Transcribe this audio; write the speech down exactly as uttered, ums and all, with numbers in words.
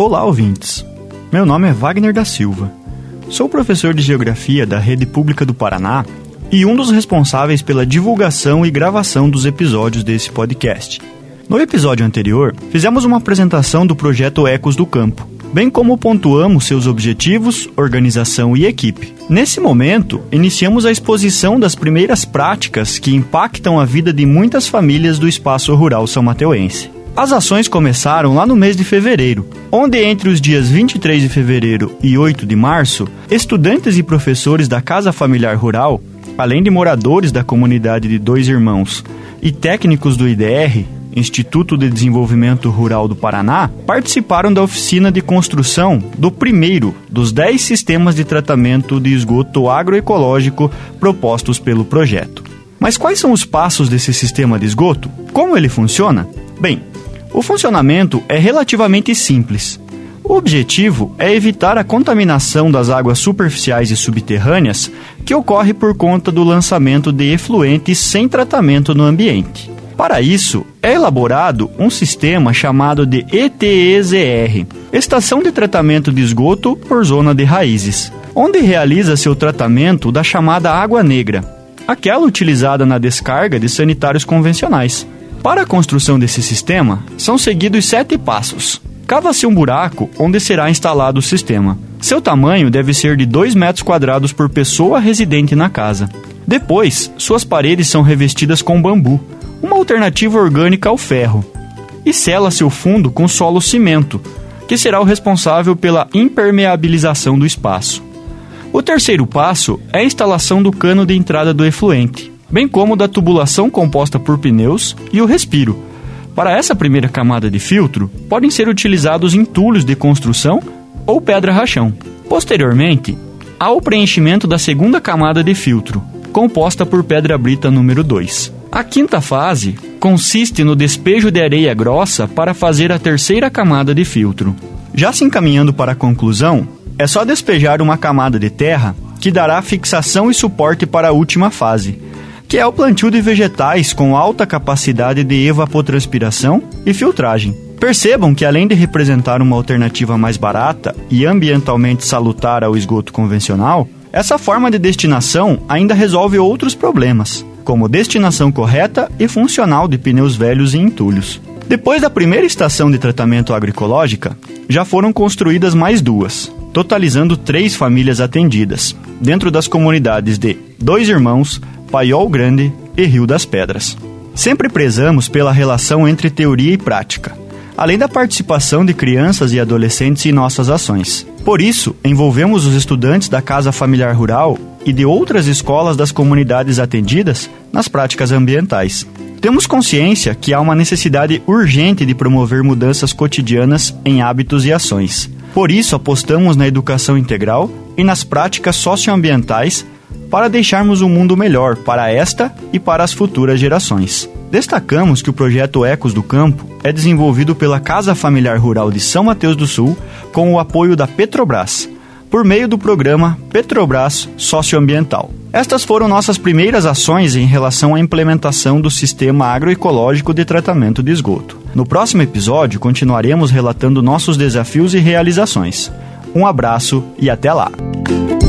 Olá, ouvintes! Meu nome é Wagner da Silva. Sou professor de Geografia da Rede Pública do Paraná e um dos responsáveis pela divulgação e gravação dos episódios desse podcast. No episódio anterior, fizemos uma apresentação do projeto Ecos do Campo, bem como pontuamos seus objetivos, organização e equipe. Nesse momento, iniciamos a exposição das primeiras práticas que impactam a vida de muitas famílias do espaço rural são-mateuense. As ações começaram lá no mês de fevereiro, onde entre os dias vinte e três de fevereiro e oito de março, estudantes e professores da Casa Familiar Rural, além de moradores da comunidade de Dois Irmãos e técnicos do I D R, Instituto de Desenvolvimento Rural do Paraná, participaram da oficina de construção do primeiro dos dez sistemas de tratamento de esgoto agroecológico propostos pelo projeto. Mas quais são os passos desse sistema de esgoto? Como ele funciona? Bem, o funcionamento é relativamente simples. O objetivo é evitar a contaminação das águas superficiais e subterrâneas que ocorre por conta do lançamento de efluentes sem tratamento no ambiente. Para isso, é elaborado um sistema chamado de E T E Z R, Estação de Tratamento de Esgoto por Zona de Raízes, onde realiza seu tratamento da chamada água negra, aquela utilizada na descarga de sanitários convencionais. Para a construção desse sistema, são seguidos sete passos. Cava-se um buraco onde será instalado o sistema. Seu tamanho deve ser de dois metros quadrados por pessoa residente na casa. Depois, suas paredes são revestidas com bambu, uma alternativa orgânica ao ferro, e sela-se o fundo com solo cimento, que será o responsável pela impermeabilização do espaço. O terceiro passo é a instalação do cano de entrada do efluente, bem como da tubulação composta por pneus e o respiro. Para essa primeira camada de filtro, podem ser utilizados entulhos de construção ou pedra-rachão. Posteriormente, há o preenchimento da segunda camada de filtro, composta por pedra-brita número dois. A quinta fase consiste no despejo de areia grossa para fazer a terceira camada de filtro. Já se encaminhando para a conclusão, é só despejar uma camada de terra que dará fixação e suporte para a última fase, que é o plantio de vegetais com alta capacidade de evapotranspiração e filtragem. Percebam que, além de representar uma alternativa mais barata e ambientalmente salutar ao esgoto convencional, essa forma de destinação ainda resolve outros problemas, como destinação correta e funcional de pneus velhos e entulhos. Depois da primeira estação de tratamento agroecológica, já foram construídas mais duas, totalizando três famílias atendidas, dentro das comunidades de Dois Irmãos, Paiol Grande e Rio das Pedras. Sempre prezamos pela relação entre teoria e prática, além da participação de crianças e adolescentes em nossas ações. Por isso, envolvemos os estudantes da Casa Familiar Rural e de outras escolas das comunidades atendidas nas práticas ambientais. Temos consciência que há uma necessidade urgente de promover mudanças cotidianas em hábitos e ações. Por isso, apostamos na educação integral e nas práticas socioambientais para deixarmos um mundo melhor para esta e para as futuras gerações. Destacamos que o projeto Ecos do Campo é desenvolvido pela Casa Familiar Rural de São Mateus do Sul com o apoio da Petrobras, por meio do programa Petrobras Socioambiental. Estas foram nossas primeiras ações em relação à implementação do sistema agroecológico de tratamento de esgoto. No próximo episódio, continuaremos relatando nossos desafios e realizações. Um abraço e até lá!